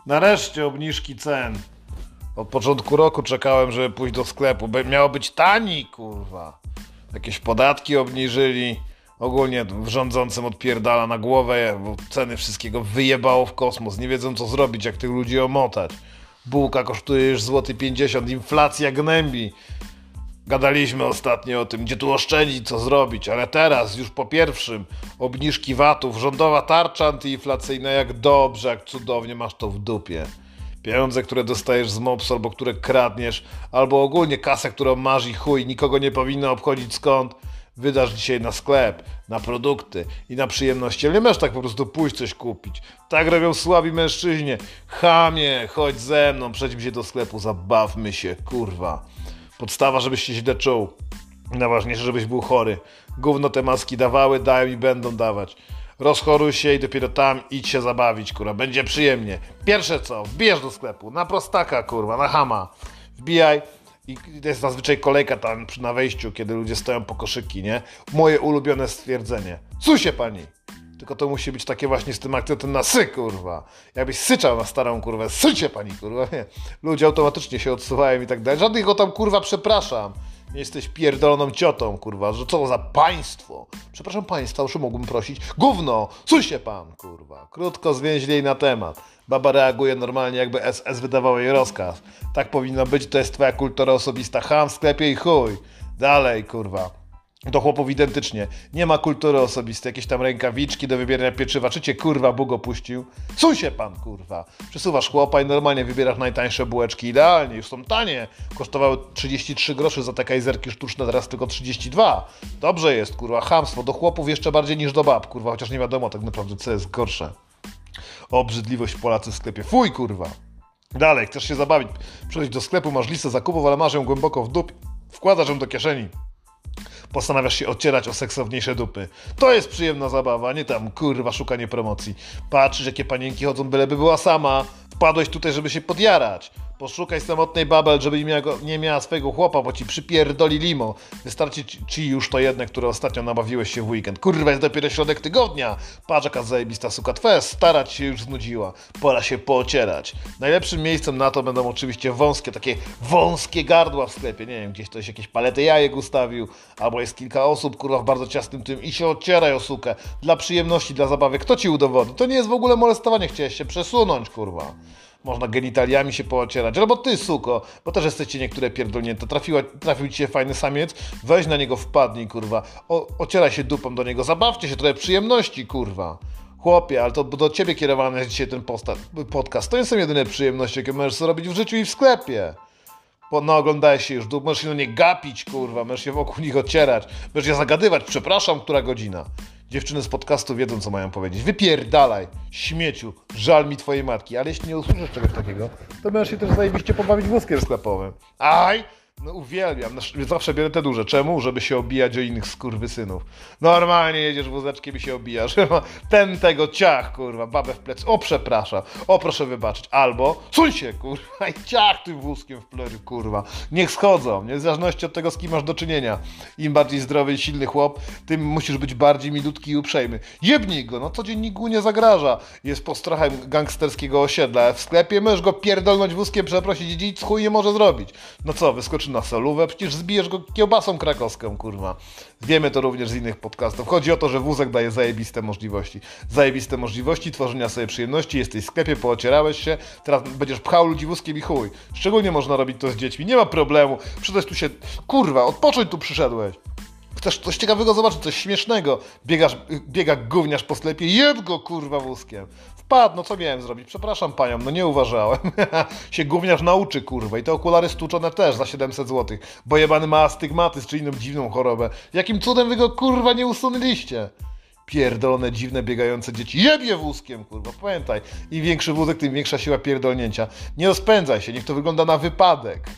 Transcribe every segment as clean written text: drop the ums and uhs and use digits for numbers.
Nareszcie obniżki cen. Od początku roku czekałem, żeby pójść do sklepu. Miało być taniej, kurwa. Jakieś podatki obniżyli. Ogólnie rządzącym odpierdala na głowę, bo ceny wszystkiego wyjebało w kosmos. Nie wiedzą, co zrobić, jak tych ludzi omotać. Bułka kosztuje już złoty 50, inflacja gnębi. Gadaliśmy ostatnio o tym, gdzie tu oszczędzić, co zrobić, ale teraz, już po pierwszym, obniżki VAT-ów, rządowa tarcza antyinflacyjna, jak dobrze, jak cudownie masz to w dupie. Pieniądze, które dostajesz z MOPS, albo które kradniesz, albo ogólnie kasę, którą masz i chuj, nikogo nie powinno obchodzić skąd, wydasz dzisiaj na sklep, na produkty i na przyjemności. Ale nie możesz tak po prostu pójść coś kupić. Tak robią słabi mężczyźni. Chamie, chodź ze mną, przejdźmy się do sklepu, zabawmy się, kurwa. Podstawa, żebyś się źle czuł. Najważniejsze, żebyś był chory. Gówno te maski dawały, dają i będą dawać. Rozchoruj się i dopiero tam idź się zabawić, kurwa. Będzie przyjemnie. Pierwsze co, wbijesz do sklepu. Na prostaka, kurwa, na chama. Wbijaj. I to jest zazwyczaj kolejka tam na wejściu, kiedy ludzie stoją po koszyki, nie? Moje ulubione stwierdzenie. Cuj się pani! Tylko to musi być takie właśnie z tym akcentem na sy, kurwa. Jakbyś syczał na starą kurwę, suj się pani, kurwa, nie. Ludzie automatycznie się odsuwają i tak dalej. Żadnych go tam, kurwa, przepraszam. Nie jesteś pierdoloną ciotą, kurwa, że co za państwo. Przepraszam państwa, już mógłbym prosić. Gówno, suj się pan, kurwa. Krótko, zwięźlej na temat. Baba reaguje normalnie, jakby SS wydawało jej rozkaz. Tak powinno być, to jest twoja kultura osobista. Cham w sklepie i chuj. Dalej, kurwa. Do chłopów identycznie. Nie ma kultury osobistej. Jakieś tam rękawiczki do wybierania pieczywa. Czy cię, kurwa, Bóg opuścił? Suj się pan, kurwa. Przesuwasz chłopa i normalnie wybierasz najtańsze bułeczki. Idealnie, już są tanie. Kosztowały 33 groszy za te kajzerki sztuczne, teraz tylko 32. Dobrze jest, kurwa. Chamstwo. Do chłopów jeszcze bardziej niż do bab, kurwa. Chociaż nie wiadomo tak naprawdę, co jest gorsze. Obrzydliwość Polacy w sklepie. Fuj, kurwa. Dalej, chcesz się zabawić. Przychodź do sklepu, masz listę zakupów, ale masz ją głęboko w dupie. Wkładasz ją do kieszeni. Postanawiasz się ocierać o seksowniejsze dupy. To jest przyjemna zabawa, nie tam, kurwa, szukanie promocji. Patrzysz, jakie panienki chodzą, byleby była sama. Wpadłeś tutaj, żeby się podjarać. Poszukaj samotnej babel, żeby nie miała swojego chłopa, bo ci przypierdoli limo. Wystarczy ci już to jedne, które ostatnio nabawiłeś się w weekend. Kurwa, jest dopiero środek tygodnia. Patrz, jaka zajebista suka. Twoja stara ci się już znudziła. Pora się poocierać. Najlepszym miejscem na to będą oczywiście wąskie, takie wąskie gardła w sklepie. Nie wiem, gdzieś ktoś jakieś palety jajek ustawił, albo jest kilka osób, kurwa, w bardzo ciasnym tym i się ocieraj o sukę. Dla przyjemności, dla zabawy. Kto ci udowodni? To nie jest w ogóle molestowanie. Chciałeś się przesunąć, kurwa. Można genitaliami się poocierać. Albo ty, suko, bo też jesteście niektóre pierdolnięte. Trafił ci się fajny samiec, weź na niego, wpadnij, kurwa. Ocieraj się dupą do niego, zabawcie się trochę przyjemności, kurwa. Chłopie, ale to do ciebie kierowany jest dzisiaj ten podcast. To nie są jedyne przyjemności, jakie możesz zrobić w życiu i w sklepie. Oglądałeś się już, możesz się do nie gapić, kurwa, możesz się wokół nich ocierać, możesz je zagadywać, przepraszam, która godzina. Dziewczyny z podcastu wiedzą, co mają powiedzieć. Wypierdalaj, śmieciu, żal mi twojej matki. Ale jeśli nie usłyszysz czegoś takiego, to możesz się też zajebiście pobawić wózkiem sklepowym. Aj! No uwielbiam, zawsze biorę te duże. Czemu? Żeby się obijać o innych skurwysynów. Normalnie jedziesz wózeczkiem i się obijasz. Ten tego ciach, kurwa, babę w plec. O, przepraszam. O, proszę wybaczyć. Albo suń się, kurwa, i ciach tym wózkiem w plery, kurwa. Niech schodzą, nie? W zależności od tego, z kim masz do czynienia. Im bardziej zdrowy i silny chłop, tym musisz być bardziej milutki i uprzejmy. Jebnij go, no codziennie nikt nie zagraża. Jest postrachem gangsterskiego osiedla. W sklepie możesz go pierdolnąć wózkiem, przeprosić i nic chuj nie może zrobić. No co, wyskoczy na solówę, przecież zbijesz go kiełbasą krakowską, kurwa. Wiemy to również z innych podcastów. Chodzi o to, że wózek daje zajebiste możliwości. Zajebiste możliwości tworzenia sobie przyjemności. Jesteś w sklepie, poocierałeś się, teraz będziesz pchał ludzi wózkiem i chuj. Szczególnie można robić to z dziećmi. Nie ma problemu. Przyszedłeś tu się... Kurwa, odpocząć tu przyszedłeś. Chcesz coś ciekawego zobaczyć, coś śmiesznego. Biega gówniarz po sklepie, jeb go, kurwa, wózkiem. Wpadł, no co miałem zrobić? Przepraszam panią, no nie uważałem. Się gówniarz nauczy, kurwa. I te okulary stłuczone też za 700 zł. Bo jebany ma astygmatyzm czy inną dziwną chorobę. Jakim cudem wy go, kurwa, nie usunęliście? Pierdolone, dziwne, biegające dzieci. Jebie wózkiem, kurwa, pamiętaj. Im większy wózek, tym większa siła pierdolnięcia. Nie rozpędzaj się, niech to wygląda na wypadek.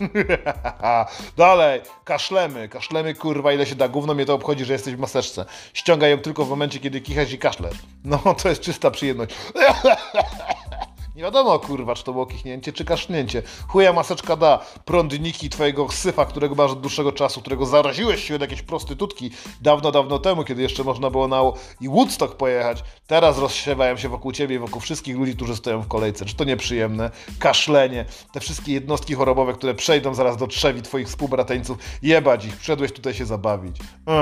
Dalej, kaszlemy, kurwa, ile się da. Gówno mnie to obchodzi, że jesteś w maseczce. Ściągaj ją tylko w momencie, kiedy kichasz i kaszlesz. No, to jest czysta przyjemność. Nie wiadomo, kurwa, czy to było kichnięcie, czy kasznięcie. Chuja maseczka da prądniki twojego syfa, którego masz od dłuższego czasu, którego zaraziłeś się od jakiejś prostytutki dawno, dawno temu, kiedy jeszcze można było na Woodstock pojechać. Teraz rozsiewają się wokół ciebie i wokół wszystkich ludzi, którzy stoją w kolejce. Czy to nieprzyjemne? Kaszlenie, te wszystkie jednostki chorobowe, które przejdą zaraz do trzewi twoich współbrateńców. Jebać ich, przyszedłeś tutaj się zabawić.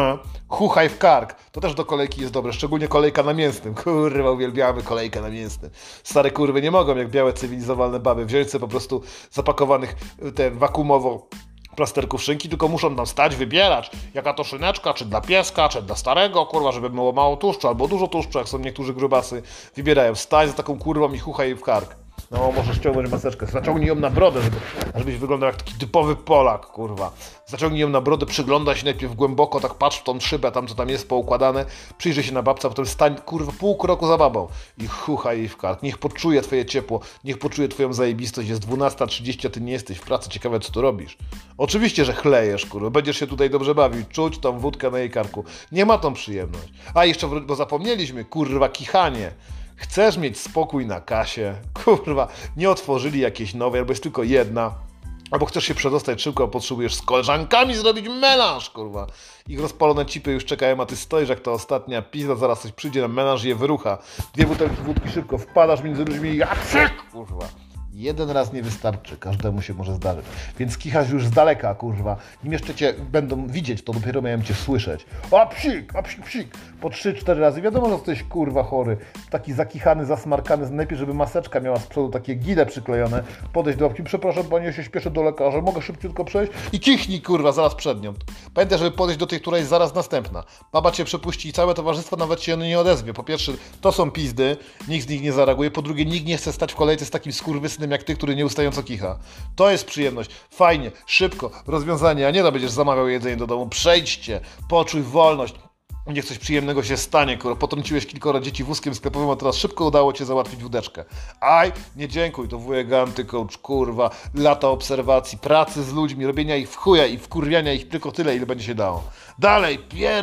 Chuchaj w kark. To też do kolejki jest dobre, szczególnie kolejka na mięsnym. Kurwa, uwielbiamy kolejkę na mięsnym. Stare kurwy nie mogą, jak białe cywilizowane baby, wziąć sobie po prostu zapakowanych wakuumowo plasterków szynki, tylko muszą tam stać, wybierać, jaka to szyneczka, czy dla pieska, czy dla starego, kurwa, żeby było mało tłuszczu, albo dużo tłuszczu, jak są niektórzy grubasy. Wybierają, stać za taką kurwą i chuchaj w kark. No, możesz ściągnąć maseczkę. Zaciągnij ją na brodę, żebyś wyglądał jak taki typowy Polak, kurwa. Zaciągnij ją na brodę, przyglądaj się najpierw głęboko, tak patrz w tą szybę, tam co tam jest poukładane, przyjrzyj się na babca, potem stań, kurwa, pół kroku za babą i chuchaj jej w kark. Niech poczuje twoje ciepło, niech poczuje twoją zajebistość. Jest 12:30, a ty nie jesteś w pracy, ciekawe co tu robisz. Oczywiście, że chlejesz, kurwa, będziesz się tutaj dobrze bawił, czuć tą wódkę na jej karku. Nie ma tą przyjemność. A jeszcze, bo zapomnieliśmy, kurwa, kichanie. Chcesz mieć spokój na kasie? Kurwa, nie otworzyli jakiejś nowej, albo jest tylko jedna. Albo chcesz się przedostać szybko, a potrzebujesz z koleżankami zrobić melanż, kurwa. Ich rozpalone cipy już czekają, a ty stoisz jak ta ostatnia pizda, zaraz coś przyjdzie na melanż i je wyrucha. 2 butelki wódki szybko, wpadasz między ludźmi i kurwa. Jeden raz nie wystarczy, każdemu się może zdarzyć. Więc kichasz już z daleka, kurwa. Nim jeszcze cię będą widzieć, to dopiero mają cię słyszeć. A psik, psik. Po 3-4 razy. Wiadomo, że jesteś, kurwa, chory. Taki zakichany, zasmarkany. Najlepiej, żeby maseczka miała z przodu takie gile przyklejone. Podejść do babci. Przepraszam, panie, ja się śpieszę do lekarza. Mogę szybciutko przejść? I kichnij, kurwa, zaraz przed nią. Pamiętaj, żeby podejść do tej, która jest zaraz następna. Baba cię przepuści i całe towarzystwo nawet się nie odezwie. Po pierwsze, to są pizdy. Nikt z nich nie zareaguje. Po drugie, nikt nie chce stać w kolejce z takim skurwysynem jak ty, który nieustająco kicha. To jest przyjemność. Fajnie, szybko, rozwiązanie, a nie to będziesz zamawiał jedzenie do domu. Przejdźcie, poczuj wolność. Niech coś przyjemnego się stanie, kurwa. Potrąciłeś kilkoro dzieci wózkiem sklepowym, a teraz szybko udało cię załatwić wódeczkę. Aj, nie dziękuj, to wujek antycoach, kurwa, lata obserwacji, pracy z ludźmi, robienia ich w chuja i wkurwiania ich tylko tyle, ile będzie się dało. Dalej,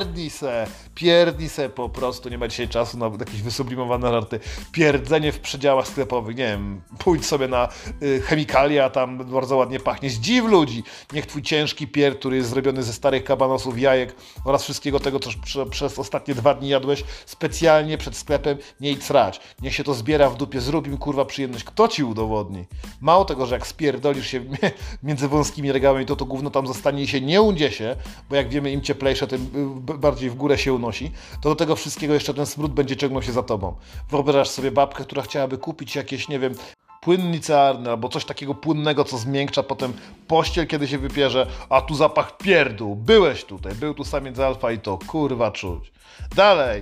pierdnij se po prostu, nie ma dzisiaj czasu na jakieś wysublimowane żarty. Pierdzenie w przedziałach sklepowych, nie wiem, pójdź sobie na chemikalia, tam bardzo ładnie pachnie, zdziw ludzi. Niech twój ciężki pierd, który jest zrobiony ze starych kabanosów, jajek oraz wszystkiego tego, co przez ostatnie 2 dni jadłeś specjalnie przed sklepem, nie idź srać. Niech się to zbiera w dupie, zrób im, kurwa, przyjemność. Kto ci udowodni? Mało tego, że jak spierdolisz się między wąskimi regałami, to gówno tam zostanie i się nie undzie się, bo jak wiemy, im cieplejsze, tym bardziej w górę się unosi, to do tego wszystkiego jeszcze ten smród będzie ciągnął się za tobą. Wyobrażasz sobie babkę, która chciałaby kupić jakieś, nie wiem, płyn licearny albo coś takiego płynnego, co zmiękcza potem pościel, kiedy się wypierze, a tu zapach pierdół. Byłeś tutaj, był tu samiec alfa i to, kurwa, czuć. Dalej,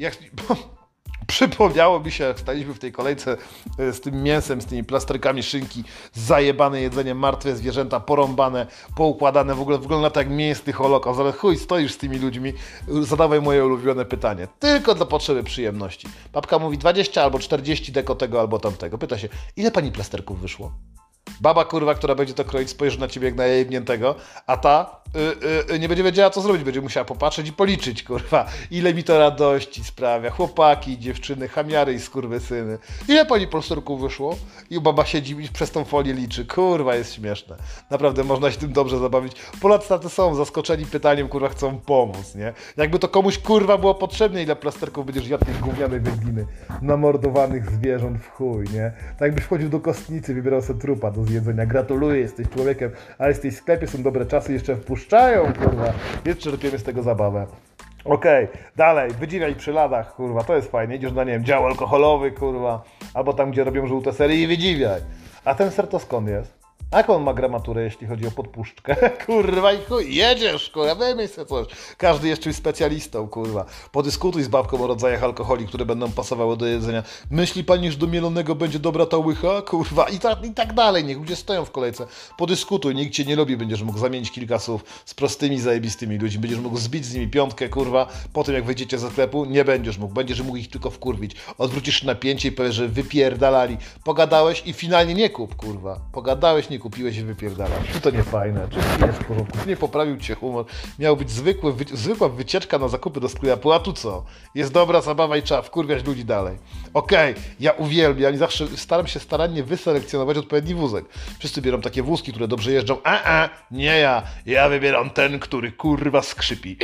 przypomniało mi się, jak staliśmy w tej kolejce z tym mięsem, z tymi plasterkami szynki, zajebane jedzenie, martwe zwierzęta, porąbane, poukładane, w ogóle wygląda tak jak mięsny holokaust, ale chuj, stoisz z tymi ludźmi, zadawaj moje ulubione pytanie, tylko dla potrzeby przyjemności. Babka mówi 20 albo 40 deko tego albo tamtego. Pyta się, ile pani plasterków wyszło? Baba, kurwa, która będzie to kroić, spojrzy na ciebie jak na jebniętego, a ta nie będzie wiedziała, co zrobić. Będzie musiała popatrzeć i policzyć, kurwa. Ile mi to radości sprawia. Chłopaki, dziewczyny, chamiary i skurwysyny. Ile pani plasterków wyszło? I baba siedzi i przez tą folię liczy. Kurwa, jest śmieszne. Naprawdę można się tym dobrze zabawić. Polacy tacy są zaskoczeni pytaniem, kurwa, chcą pomóc, nie? Jakby to komuś, kurwa, było potrzebne, ile plasterków będziesz jadł tej gównianej wędliny. Namordowanych zwierząt w chuj, nie? Tak jakbyś wchodził do kostnicy, wybierał sobie trupa do zjedzenia. Gratuluję, jesteś człowiekiem, ale jesteś w sklepie, są dobre czasy, jeszcze wpuszczają, kurwa. Więc czerpiemy z tego zabawę. Okej, dalej, wydziwiaj przy ladach, kurwa, to jest fajnie. Idziesz na, nie wiem, dział alkoholowy, kurwa, albo tam, gdzie robią żółte sery i wydziwiaj. A ten ser to skąd jest? A jaką on ma gramaturę, jeśli chodzi o podpuszczkę? Kurwa i chuj, jedziesz, kurwa, wymyśl sobie coś. Każdy jest czymś specjalistą, kurwa. Podyskutuj z babką o rodzajach alkoholi, które będą pasowały do jedzenia. Myśli pani, że do mielonego będzie dobra ta łycha? Kurwa, i tak dalej. Niech ludzie stoją w kolejce. Podyskutuj, nikt cię nie lubi, będziesz mógł zamienić kilka słów z prostymi, zajebistymi ludźmi. Będziesz mógł zbić z nimi piątkę, kurwa. Po tym, jak wyjdziecie ze sklepu, nie będziesz mógł ich tylko wkurwić. Odwrócisz napięcie i powiesz, że wypierdalali. Pogadałeś i finalnie nie kup, kurwa. Pogadałeś, nie kup. kupiłeś i wypierdalasz. Czy to nie fajne? Czy to nie w porządku? Czy nie poprawił cię humor? Miał być zwykła wycieczka na zakupy do sklepu, a tu co? Jest dobra zabawa i trzeba wkurwiać ludzi dalej. Okej, ja uwielbiam i zawsze staram się starannie wyselekcjonować odpowiedni wózek. Wszyscy biorą takie wózki, które dobrze jeżdżą. Nie ja. Ja wybieram ten, który kurwa skrzypi.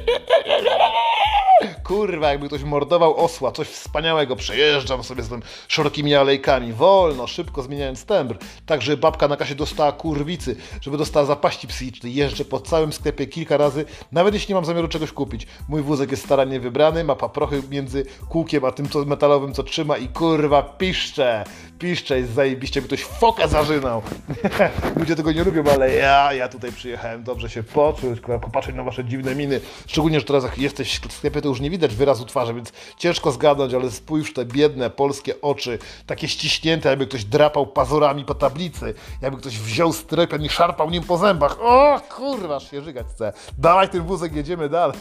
Kurwa, jakby ktoś mordował osła, coś wspaniałego, przejeżdżam sobie z tym szerokimi alejkami, wolno, szybko zmieniając tembr, tak żeby babka na kasie dostała kurwicy, żeby dostała zapaści psychicznej, jeżdżę po całym sklepie kilka razy, nawet jeśli nie mam zamiaru czegoś kupić. Mój wózek jest starannie wybrany, ma paprochy między kółkiem a tym co metalowym, co trzyma i kurwa piszcze, jest zajebiście, jakby ktoś foka zażynał. Ludzie tego nie lubią, ale ja tutaj przyjechałem dobrze się poczuć, popatrzeć na wasze dziwne miny, szczególnie, że teraz jak jesteś w sklepie, to już nie widać wyrazu twarzy, więc ciężko zgadnąć, ale spójrz te biedne polskie oczy, takie ściśnięte, jakby ktoś drapał pazurami po tablicy, jakby ktoś wziął styropian i szarpał nim po zębach. O kurwa, się żygać chce. Dawaj ten wózek, jedziemy dalej.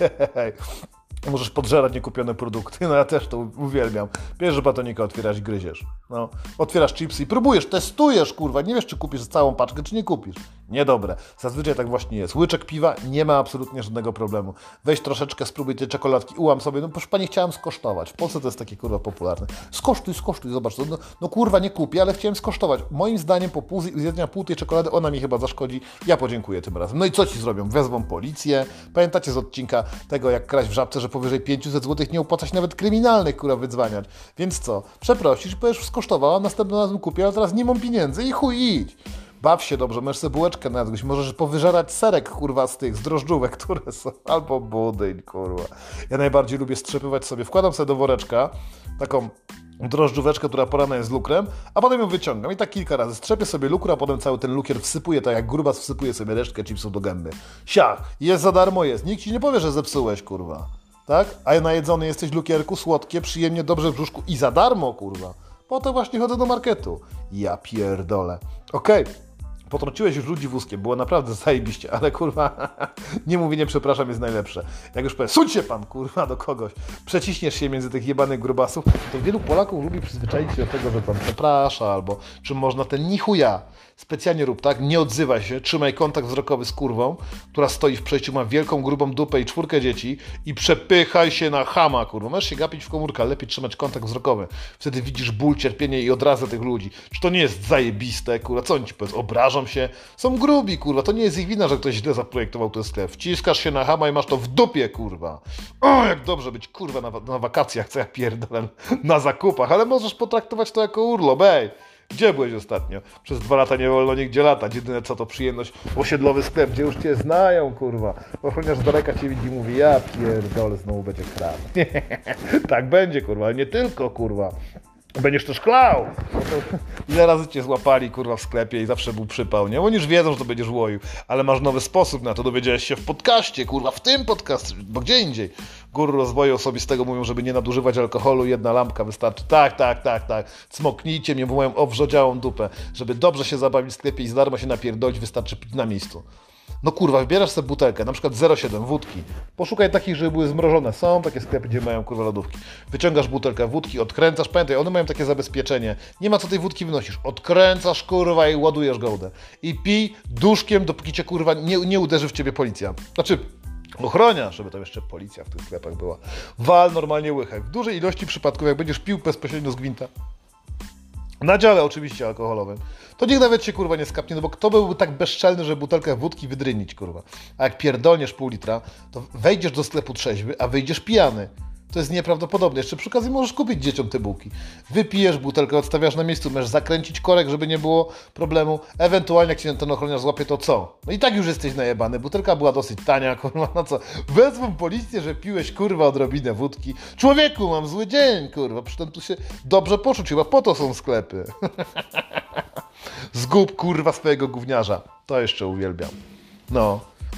Możesz podżerać niekupione produkty, no ja też to uwielbiam. Bierzesz batonika, otwierasz i gryziesz. No, otwierasz chipsy i próbujesz, testujesz, kurwa, nie wiesz, czy kupisz całą paczkę, czy nie kupisz. Niedobre. Zazwyczaj tak właśnie jest. Łyczek piwa, nie ma absolutnie żadnego problemu. Weź troszeczkę, spróbuj tej czekoladki, ułam sobie, no proszę pani, chciałem skosztować. W Polsce to jest takie, kurwa, popularne. Skosztuj, zobacz, no kurwa, nie kupię, ale chciałem skosztować. Moim zdaniem po zjedzenia pół tej czekolady ona mi chyba zaszkodzi. Ja podziękuję tym razem. No i co ci zrobią? Wezwą policję. Pamiętacie z odcinka tego, jak kraść w Żabce, że powyżej 500 zł nie opłaca się nawet kryminalnych, kurwa, wydzwaniać. Więc co? Przeprosisz, powiesz, skosztowała, następnym razem kupię, ale teraz nie mam pieniędzy i chuj idź. Baw się dobrze, możesz sobie bułeczkę najadłeś, możesz powyżerać serek, kurwa, z tych, z drożdżówek, które są, albo budyń, kurwa. Ja najbardziej lubię strzepywać sobie, wkładam sobie do woreczka taką drożdżóweczkę, która porana jest lukrem, a potem ją wyciągam i tak kilka razy strzepię sobie lukra, a potem cały ten lukier wsypuję, tak jak grubas wsypuje sobie resztkę chipsów do gęby. Siach, jest za darmo, jest, nikt ci nie powie, że zepsułeś, kurwa. Tak? A najedzony jesteś lukierku, słodkie, przyjemnie, dobrze w brzuszku i za darmo, kurwa. Po to właśnie chodzę do marketu. Ja pierdolę. Okej. Potrąciłeś już ludzi wózkiem, było naprawdę zajebiście, ale kurwa, nie mówienie przepraszam jest najlepsze. Jak już powiem, suń się pan, kurwa, do kogoś, przeciśniesz się między tych jebanych grubasów, to wielu Polaków lubi przyzwyczaić się do tego, że pan przeprasza, albo czym można ten nichuja. Specjalnie rób tak, nie odzywaj się, trzymaj kontakt wzrokowy z kurwą, która stoi w przejściu, ma wielką, grubą dupę i 4 dzieci i przepychaj się na chama, kurwa. Możesz się gapić w komórkę, ale lepiej trzymać kontakt wzrokowy. Wtedy widzisz ból, cierpienie i odrazę tych ludzi. Czy to nie jest zajebiste, kurwa? Co oni ci powiedzą? Obrażą się? Są grubi, kurwa. To nie jest ich wina, że ktoś źle zaprojektował ten sklep. Wciskasz się na chama i masz to w dupie, kurwa. O, jak dobrze być, kurwa, na wakacjach, co ja pierdolę, na zakupach, ale możesz potraktować to jako urlop, ej. Gdzie byłeś ostatnio? Przez 2 lata nie wolno nigdzie latać. Jedyne co to przyjemność, osiedlowy sklep, gdzie już cię znają, kurwa. Ochroniarz z daleka cię widzi i mówi, ja pierdolę, znowu będzie kradł. Tak będzie, kurwa, ale nie tylko, kurwa. Będziesz też klał. Ile razy cię złapali, kurwa, w sklepie i zawsze był przypał, nie? Oni już wiedzą, że to będziesz łoił, ale masz nowy sposób na to. Dowiedziałeś się w podcaście, kurwa, w tym podcaście, bo gdzie indziej. Guru rozwoju osobistego mówią, żeby nie nadużywać alkoholu, 1 lampka wystarczy. Tak. Cmoknijcie mnie w moją owrzodziałą dupę. Żeby dobrze się zabawić w sklepie i za darmo się napierdolić, wystarczy pić na miejscu. No kurwa, wybierasz sobie butelkę, na przykład 0,7 wódki. Poszukaj takich, żeby były zmrożone. Są takie sklepy, gdzie mają kurwa lodówki. Wyciągasz butelkę wódki, odkręcasz, pamiętaj, one mają takie zabezpieczenie. Nie ma co tej wódki wynosisz. Odkręcasz, kurwa, i ładujesz gołdę. I pij duszkiem, dopóki cię kurwa nie uderzy w ciebie policja. Znaczy, ochroniarz, żeby tam jeszcze policja w tych sklepach była. Wal normalnie łychę. W dużej ilości przypadków, jak będziesz pił bezpośrednio z gwinta, na dziale oczywiście alkoholowym, to niech nawet się, kurwa, nie skapnie, no bo kto byłby tak bezczelny, żeby butelkę wódki wydrynić, kurwa. A jak pierdolniesz pół litra, to wejdziesz do sklepu trzeźwy, a wyjdziesz pijany. To jest nieprawdopodobne. Jeszcze przy okazji możesz kupić dzieciom te bułki. Wypijesz butelkę, odstawiasz na miejscu, możesz zakręcić korek, żeby nie było problemu. Ewentualnie jak cię ten ochroniarz złapie, to co? No i tak już jesteś najebany. Butelka była dosyć tania, kurwa, no co? Wezwą policję, że piłeś, kurwa, odrobinę wódki. Człowieku, mam zły dzień, kurwa. Przy tym tu się dobrze poczuć, chyba po to są sklepy. Zgub, kurwa, swojego gówniarza. To jeszcze uwielbiam. No.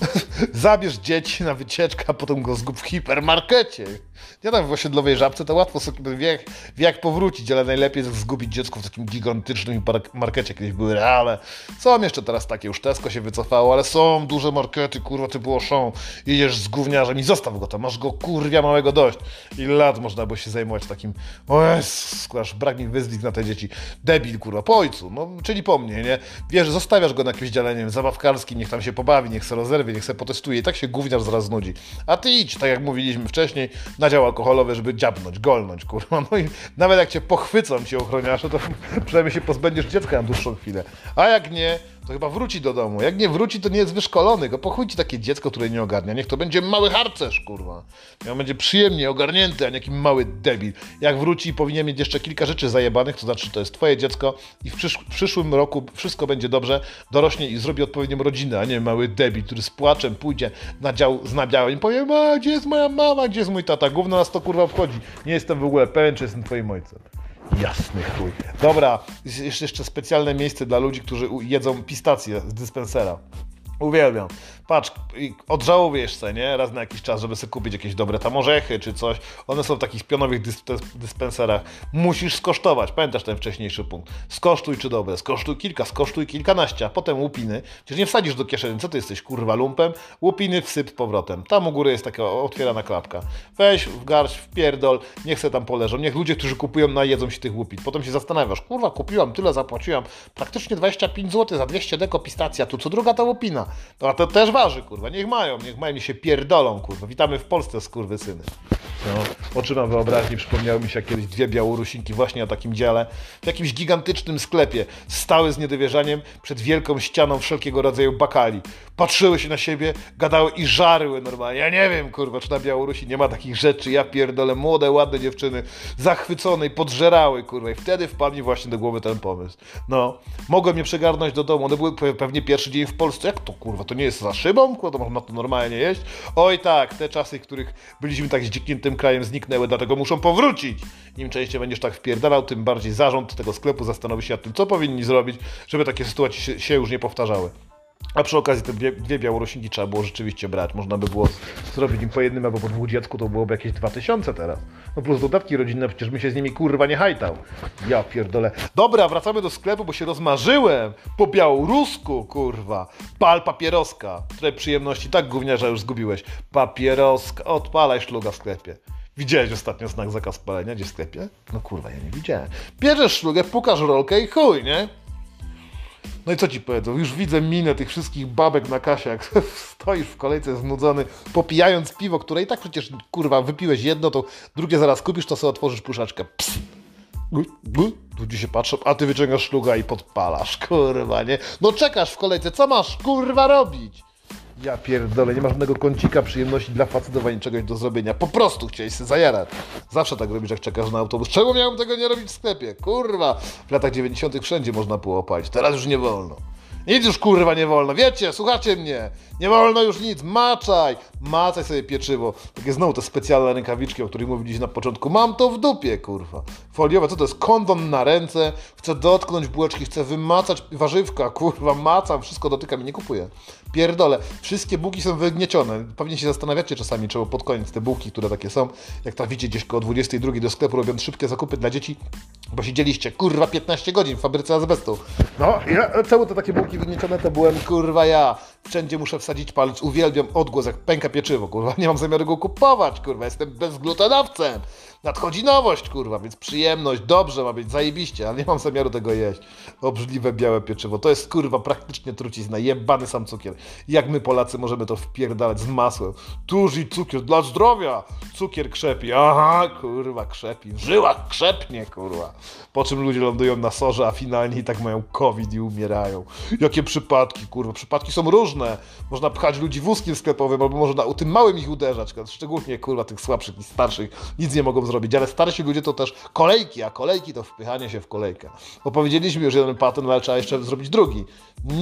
Zabierz dzieci na wycieczkę, a potem go zgub w hipermarkecie. Ja tam w osiedlowej Żabce to łatwo sobie wie jak powrócić, ale najlepiej jest zgubić dziecko w takim gigantycznym markecie. Kiedyś były Reale. Są jeszcze teraz takie, już Tesco się wycofało, ale są duże markety, kurwa, typu Auchan. Idziesz z gówniarzem i zostaw go tam, masz go kurwia małego dość. Ile lat można by się zajmować takim, o Jezus, aż brak mi wyzwisk na te dzieci. Debil, kurwa, po ojcu, no, czyli po mnie, nie? Wiesz, zostawiasz go na jakimś dziale, nie wiem, zabawkarskim, niech tam się pobawi, niech se rozerwie, niech se potestuje i tak się gówniarz zaraz nudzi. A ty idź, tak jak mówiliśmy wcześniej, na dział alkoholowy, żeby dziabnąć, golnąć, kurwa. No i nawet jak cię pochwycą ci ochroniarze, to przynajmniej się pozbędziesz dziecka na dłuższą chwilę. A jak nie, to chyba wróci do domu. Jak nie wróci, to nie jest wyszkolony. Go po chuj ci takie dziecko, które nie ogarnia. Niech to będzie mały harcerz, kurwa. Niech on będzie przyjemnie ogarnięty, a nie jakiś mały debil. Jak wróci, powinien mieć jeszcze kilka rzeczy zajebanych, to znaczy, to jest twoje dziecko i w przyszłym roku wszystko będzie dobrze, dorośnie i zrobi odpowiednią rodzinę, a nie mały debil, który z płaczem pójdzie na dział z nabiałem i powie, a gdzie jest moja mama, gdzie jest mój tata? Gówno nas to, kurwa, obchodzi. Nie jestem w ogóle pewien, czy jestem twoim ojcem. Jasny chuj. Dobra, jest jeszcze specjalne miejsce dla ludzi, którzy jedzą pistacje z dyspensera. Uwielbiam. Patrz, odżałujesz se, nie? Raz na jakiś czas, żeby sobie kupić jakieś dobre tam orzechy czy coś. One są w takich pionowych dyspenserach. Musisz skosztować. Pamiętasz ten wcześniejszy punkt. Skosztuj czy dobre. Skosztuj kilka, skosztuj kilkanaście, a potem łupiny. Przecież nie wsadzisz do kieszeni. Co ty jesteś, kurwa, lumpem? Łupiny wsyp powrotem. Tam u góry jest taka otwierana klapka. Weź w garść, wpierdol, niech se tam poleżą. Niech ludzie, którzy kupują, najedzą się tych łupin. Potem się zastanawiasz, kurwa, kupiłam, tyle zapłaciłam. Praktycznie 25 zł za 200 deko pistacja. Tu co druga ta łupina. No a to też waży, kurwa. Niech mają, niech się pierdolą, kurwa. Witamy w Polsce, skurwysyny. No, oczy na wyobraźni, przypomniały mi się kiedyś dwie Białorusinki właśnie na takim dziale, w jakimś gigantycznym sklepie, stały z niedowierzaniem przed wielką ścianą wszelkiego rodzaju bakali. Patrzyły się na siebie, gadały i żarły normalnie. Ja nie wiem, kurwa, czy na Białorusi nie ma takich rzeczy. Ja pierdolę, młode, ładne dziewczyny, zachwycone i podżerały, kurwa. I wtedy wpadł mi właśnie do głowy ten pomysł. No, mogłem je przegarnąć do domu. One były pewnie pierwszy dzień w Polsce. Jak to, kurwa, to nie jest za szybą? Kurwa, to można to normalnie jeść? Oj tak, te czasy, w których byliśmy tak zdzikniętym krajem, zniknęły, dlatego muszą powrócić. Im częściej będziesz tak wpierdalał, tym bardziej zarząd tego sklepu zastanowi się nad tym, co powinni zrobić, żeby takie sytuacje się już nie powtarzały. A przy okazji te dwie Białorusinki trzeba było rzeczywiście brać. Można by było zrobić im po jednym albo po dwóch dziecku, to byłoby jakieś 2000 teraz. No plus dodatki rodzinne, przecież my się z nimi kurwa nie hajtał. Ja pierdolę. Dobra, wracamy do sklepu, bo się rozmarzyłem. Po białorusku, kurwa. Pal papieroska. Tyle przyjemności, tak gówniarza już zgubiłeś. Papieroska. Odpalaj szluga w sklepie. Widziałeś ostatnio znak zakaz palenia gdzieś w sklepie? No kurwa, ja nie widziałem. Bierzesz szlugę, pukasz rolkę i chuj, nie? No i co ci powiedzą? Już widzę minę tych wszystkich babek na kasie, jak stoisz w kolejce znudzony, popijając piwo, które i tak przecież, kurwa, wypiłeś jedno, to drugie zaraz kupisz, to sobie otworzysz puszaczkę. Psst. Ludzie się patrzą, a ty wyciągasz szluga i podpalasz, kurwa, nie? No czekasz w kolejce, co masz, kurwa, robić? Ja pierdolę, nie masz żadnego kącika przyjemności dla facetów ani czegoś do zrobienia. Po prostu chciałeś się zajarać. Zawsze tak robisz, jak czekasz na autobus. Czemu miałem tego nie robić w sklepie? Kurwa, w latach 90. wszędzie można było opalić. Teraz już nie wolno. Nic już, kurwa, nie wolno. Wiecie, słuchacie mnie. Nie wolno już nic. Macaj sobie pieczywo. Takie znowu te specjalne rękawiczki, o których mówiliśmy na początku. Mam to w dupie, kurwa. Foliowe, co to jest? Kondom na ręce. Chcę dotknąć bułeczki, chcę wymacać warzywka. Kurwa, macam, wszystko dotykam i nie kupuję. Pierdolę. Wszystkie bułki są wygniecione. Pewnie się zastanawiacie czasami, czemu pod koniec te bułki, które takie są, jak traficie gdzieś koło 22 do sklepu, robiąc szybkie zakupy dla dzieci, bo siedzieliście, kurwa, 15 godzin w fabryce azbestu. No, czemu to takie bułki wygniecione to byłem, kurwa, ja. Wszędzie muszę wsadzić palec, uwielbiam odgłos, jak pęka pieczywo, kurwa. Nie mam zamiaru go kupować, kurwa, jestem bezglutenowcem. Nadchodzi nowość, kurwa, więc przyjemność, dobrze ma być, zajebiście, ale nie mam zamiaru tego jeść. Obrzydliwe białe pieczywo, to jest, kurwa, praktycznie trucizna, jebany sam cukier. Jak my Polacy możemy to wpierdalać z masłem? Tuż i cukier dla zdrowia, cukier krzepi, aha, kurwa, krzepi, w żyłach krzepnie, kurwa. Po czym ludzie lądują na sorze, a finalnie i tak mają COVID i umierają. Jakie przypadki, kurwa, przypadki są różne. Można pchać ludzi wózkiem sklepowym, albo można tym małym ich uderzać, szczególnie, kurwa, tych słabszych i starszych, nic nie mogą zrobić, ale starsi ludzie to też kolejki, a kolejki to wpychanie się w kolejkę. Opowiedzieliśmy już jeden patent, ale trzeba jeszcze zrobić drugi. Nic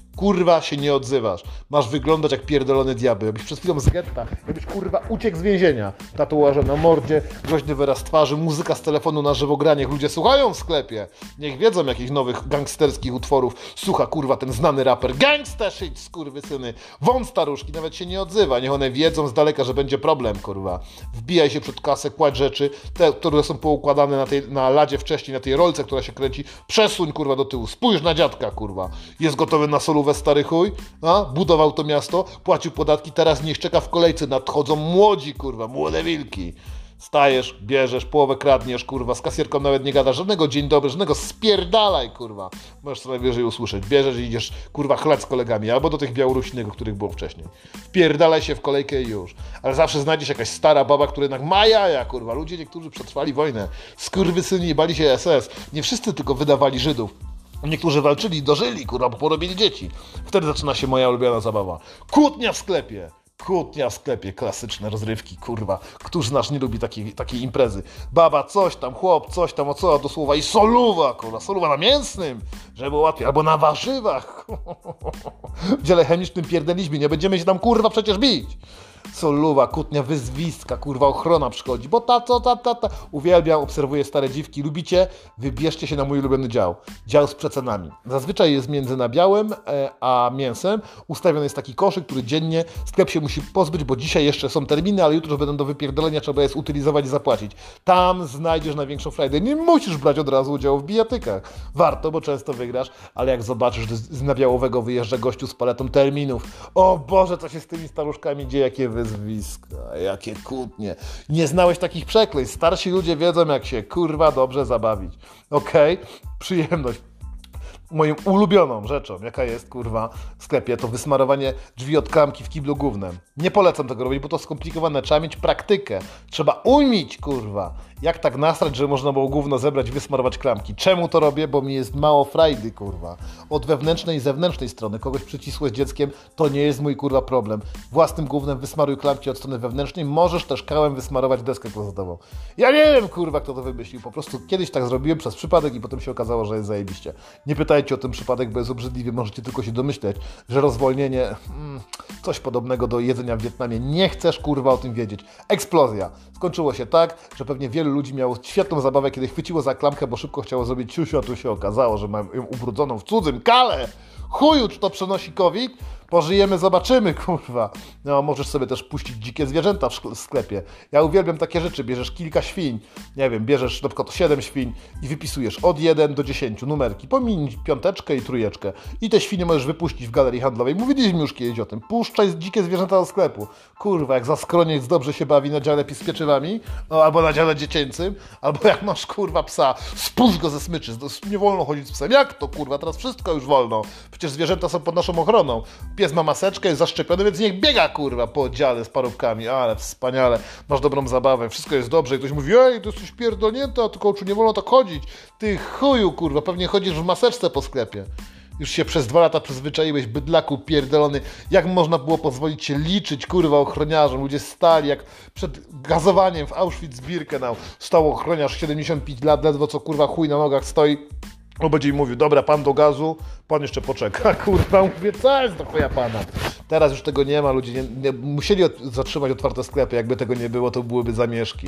Kurwa się nie odzywasz. Masz wyglądać jak pierdolony diabeł. Jakbyś przed chwilą z getta, jakbyś kurwa uciekł z więzienia. Tatuaże na mordzie, groźny wyraz twarzy, muzyka z telefonu na żywo granie. Ludzie słuchają w sklepie. Niech wiedzą jakichś nowych gangsterskich utworów. Słucha kurwa ten znany raper. Gangsta shit, skurwysyny. Wąt staruszki, nawet się nie odzywa. Niech one wiedzą z daleka, że będzie problem, kurwa. Wbijaj się przed kasę, kładź rzeczy, te, które są poukładane na ladzie wcześniej, na tej rolce, która się kręci. Przesuń kurwa do tyłu. Spójrz na dziadka, kurwa. Jest gotowy na solówę stary chuj, a? Budował to miasto, płacił podatki, teraz niech czeka w kolejce, nadchodzą młodzi, kurwa, młode wilki. Stajesz, bierzesz, połowę kradniesz, kurwa, z kasjerką nawet nie gadasz, żadnego dzień dobry, żadnego spierdalaj, kurwa. Możesz co najwyżej usłyszeć, bierzesz i idziesz, kurwa, chlać z kolegami, albo do tych Białorusinek, o których było wcześniej. Wpierdalaj się w kolejkę i już. Ale zawsze znajdziesz jakaś stara baba, która jednak ma jaja, kurwa. Ludzie niektórzy przetrwali wojnę, skurwysyni bali się SS. Nie wszyscy tylko wydawali Żydów. Niektórzy walczyli i dożyli, kurwa, bo porobili dzieci. Wtedy zaczyna się moja ulubiona zabawa. Kłótnia w sklepie. Kłótnia w sklepie, klasyczne rozrywki, kurwa. Któż z nas nie lubi takiej imprezy? Baba coś tam, chłop coś tam, ocoła do słowa i soluwa, kurwa, soluwa na mięsnym, żeby było łatwiej, albo na warzywach. W dziele chemicznym pierdeliśmy, nie będziemy się tam, kurwa, przecież bić. Soluwa, kłótnia, wyzwiska, kurwa, ochrona przychodzi, bo ta. Uwielbiam, obserwuję stare dziwki, lubicie? Wybierzcie się na mój ulubiony dział. Dział z przecenami. Zazwyczaj jest między nabiałem a mięsem. Ustawiony jest taki koszyk, który dziennie sklep się musi pozbyć, bo dzisiaj jeszcze są terminy, ale jutro będą do wypierdolenia, trzeba jest utylizować i zapłacić. Tam znajdziesz największą frajdę. Nie musisz brać od razu udziału w bijatykach. Warto, bo często wygrasz, ale jak zobaczysz, że z nabiałowego wyjeżdża gościu z paletą terminów. O Boże, co się z tymi staruszkami dzieje, jakie wyzwiska, jakie kłótnie. Nie znałeś takich przekleństw. Starsi ludzie wiedzą, jak się kurwa dobrze zabawić. Okej? Przyjemność. Moją ulubioną rzeczą, jaka jest, kurwa, w sklepie, to wysmarowanie drzwi od klamki w kiblu gównem. Nie polecam tego robić, bo to skomplikowane. Trzeba mieć praktykę. Trzeba umieć, kurwa. Jak tak nasrać, że można było gówno zebrać i wysmarować klamki. Czemu to robię? Bo mi jest mało frajdy, kurwa. Od wewnętrznej i zewnętrznej strony. Kogoś przycisłeś dzieckiem, to nie jest mój, kurwa, problem. Własnym gównem wysmaruj klamki od strony wewnętrznej. Możesz też kałem wysmarować deskę klozetową. Ja nie wiem, kurwa, kto to wymyślił. Po prostu kiedyś tak zrobiłem przez przypadek i potem się okazało, że jest zajebiście. Nie pytajcie o ten przypadek, bo jest obrzydliwy. Możecie tylko się domyśleć, że rozwolnienie, coś podobnego do jedzenia w Wietnamie. Nie chcesz, kurwa, o tym wiedzieć. Eksplozja. Skończyło się tak, że pewnie wielu ludzi miało świetną zabawę, kiedy chwyciło za klamkę, bo szybko chciało zrobić ciusiu, a tu się okazało, że mają ją ubrudzoną w cudzym kale. Chuju, czy to przenosi COVID? Pożyjemy, zobaczymy, kurwa. No, możesz sobie też puścić dzikie zwierzęta w sklepie. Ja uwielbiam takie rzeczy. Bierzesz kilka świń, nie wiem, bierzesz na przykład 7 świń i wypisujesz od 1 do 10 numerki. Pomiń piąteczkę i trójeczkę. I te świnie możesz wypuścić w galerii handlowej. Mówiliśmy już kiedyś o tym. Puszczaj dzikie zwierzęta do sklepu. Kurwa, jak zaskroniec dobrze się bawi na dziale z pieczywami, no, albo na dziale dziecięcym, albo jak masz, kurwa, psa, spuść go ze smyczy. Nie wolno chodzić z psem. Jak to, kurwa? Teraz wszystko już wolno. Przecież zwierzęta są pod naszą ochroną. Pies ma maseczkę, jest zaszczepiony, więc niech biega, kurwa, po oddziale z parówkami. Ale wspaniale, masz dobrą zabawę, wszystko jest dobrze. I ktoś mówi, ej, to jesteś pierdolnięty, a tu coachu nie wolno tak chodzić. Ty chuju, kurwa, pewnie chodzisz w maseczce po sklepie. Już się przez 2 lata przyzwyczaiłeś, bydlaku pierdolony. Jak można było pozwolić się liczyć, kurwa, ochroniarzom? Ludzie stali jak przed gazowaniem w Auschwitz-Birkenau. Stał ochroniarz 75 lat, ledwo co, kurwa, chuj na nogach stoi. On będzie mi mówił, dobra, pan do gazu, pan jeszcze poczeka. Kurwa, mówię, co jest do chuja pana? Teraz już tego nie ma, ludzie nie musieli zatrzymać otwarte sklepy. Jakby tego nie było, to byłyby zamieszki.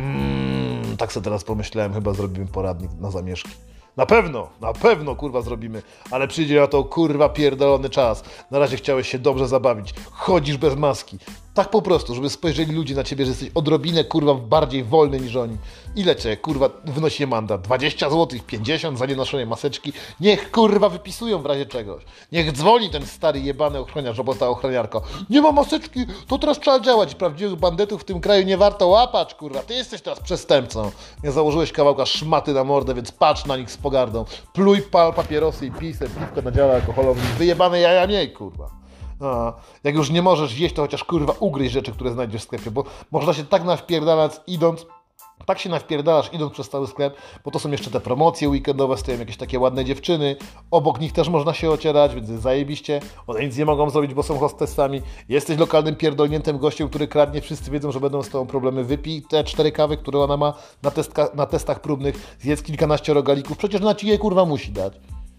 Tak sobie teraz pomyślałem, chyba zrobimy poradnik na zamieszki. Na pewno, kurwa, zrobimy, ale przyjdzie na to, kurwa, pierdolony czas. Na razie chciałeś się dobrze zabawić. Chodzisz bez maski. Tak po prostu, żeby spojrzeli ludzie na ciebie, że jesteś odrobinę, kurwa, bardziej wolny niż oni. Ile cię, kurwa, wynosi mandat? 20 zł, 50 za nienoszenie maseczki? Niech, kurwa, wypisują w razie czegoś. Niech dzwoni ten stary jebany ochroniarz, albo ta ochroniarka. Nie ma maseczki, to teraz trzeba działać. Prawdziwych bandytów w tym kraju nie warto łapać, kurwa. Ty jesteś teraz przestępcą. Nie założyłeś kawałka szmaty na mordę, więc patrz na nich z pogardą. Pluj, pal papierosy i pij se piwko na dziale alkoholowym. Wyjebane jaja miej, kurwa. A, jak już nie możesz jeść, to chociaż, kurwa, ugryź rzeczy, które znajdziesz w sklepie, bo można się tak nawpierdalać idąc, tak się nawpierdalasz idąc przez cały sklep, bo to są jeszcze te promocje weekendowe, stoją jakieś takie ładne dziewczyny, obok nich też można się ocierać, więc zajebiście, one nic nie mogą zrobić, bo są hostessami, jesteś lokalnym pierdolniętym gościem, który kradnie, wszyscy wiedzą, że będą z tobą problemy, wypij te 4 kawy, które ona ma na testach próbnych, zjedz kilkanaście rogalików, przecież na ci je, kurwa, musi dać.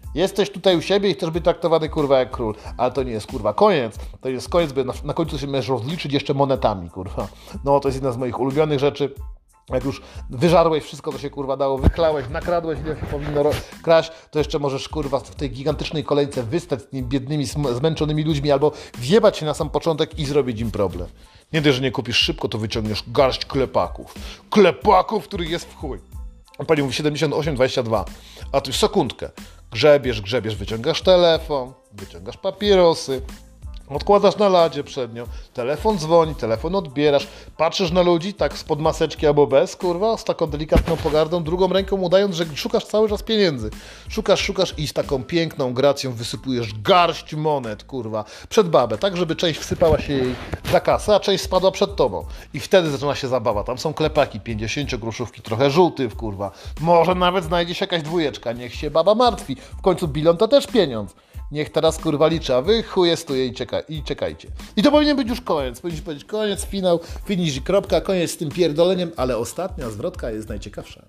Jesteś tutaj u siebie i chcesz być traktowany, kurwa, jak król. Ale to nie jest, kurwa, koniec. To jest koniec, bo na końcu się możesz rozliczyć jeszcze monetami, kurwa. No, to jest jedna z moich ulubionych rzeczy. Jak już wyżarłeś wszystko, co się, kurwa, dało, wyklałeś, nakradłeś, ile się powinno kraść, to jeszcze możesz, kurwa, w tej gigantycznej kolejce wystać z tymi biednymi, zmęczonymi ludźmi albo wjebać się na sam początek i zrobić im problem. Nie dość, że nie kupisz szybko, to wyciągniesz garść klepaków. Klepaków, których jest w chuj. Pani mówi 78,22, a tu już sekundkę. Grzebiesz, wyciągasz telefon, wyciągasz papierosy, odkładasz na ladzie przed nią, telefon dzwoni, telefon odbierasz, patrzysz na ludzi tak spod maseczki albo bez, kurwa, z taką delikatną pogardą, drugą ręką udając, że szukasz cały czas pieniędzy. Szukasz i z taką piękną gracją wysypujesz garść monet, kurwa, przed babę, tak żeby część wsypała się jej za kasę, a część spadła przed tobą. I wtedy zaczyna się zabawa. Tam są klepaki, 50-groszówki, trochę żółty, kurwa. Może nawet znajdzie się jakaś dwójeczka, niech się baba martwi. W końcu bilion to też pieniądz. Niech teraz, kurwa, liczy, a wy chuje stuje i czekajcie. I to powinien być już koniec. Powinniście powiedzieć koniec, finał, finish i kropka, koniec z tym pierdoleniem, ale ostatnia zwrotka jest najciekawsza.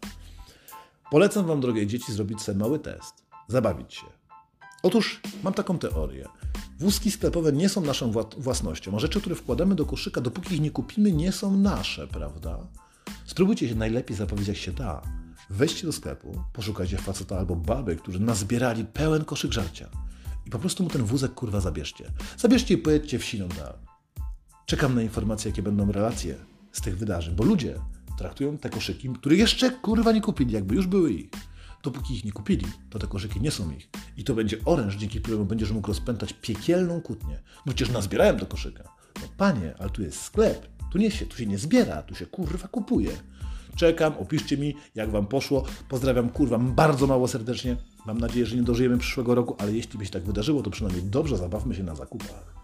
Polecam wam, drogie dzieci, zrobić sobie mały test. Zabawić się. Otóż mam taką teorię. Wózki sklepowe nie są naszą własnością, a rzeczy, które wkładamy do koszyka, dopóki ich nie kupimy, nie są nasze, prawda? Spróbujcie się najlepiej zapowiedzieć, jak się da. Weźcie do sklepu, poszukajcie faceta albo baby, którzy nazbierali pełen koszyk żarcia. I po prostu mu ten wózek, kurwa, zabierzcie. Zabierzcie i pojedźcie w siną dal. Czekam na informacje, jakie będą relacje z tych wydarzeń, bo ludzie traktują te koszyki, które jeszcze, kurwa, nie kupili, jakby już były ich. Dopóki ich nie kupili, to te koszyki nie są ich. I to będzie oręż, dzięki któremu będziesz mógł rozpętać piekielną kłótnię. No przecież nazbierałem do koszyka. No panie, ale tu jest sklep. Tu się nie zbiera, tu się, kurwa, kupuje. Czekam, opiszcie mi, jak wam poszło. Pozdrawiam, kurwa, bardzo mało serdecznie. Mam nadzieję, że nie dożyjemy przyszłego roku, ale jeśli by się tak wydarzyło, to przynajmniej dobrze zabawmy się na zakupach.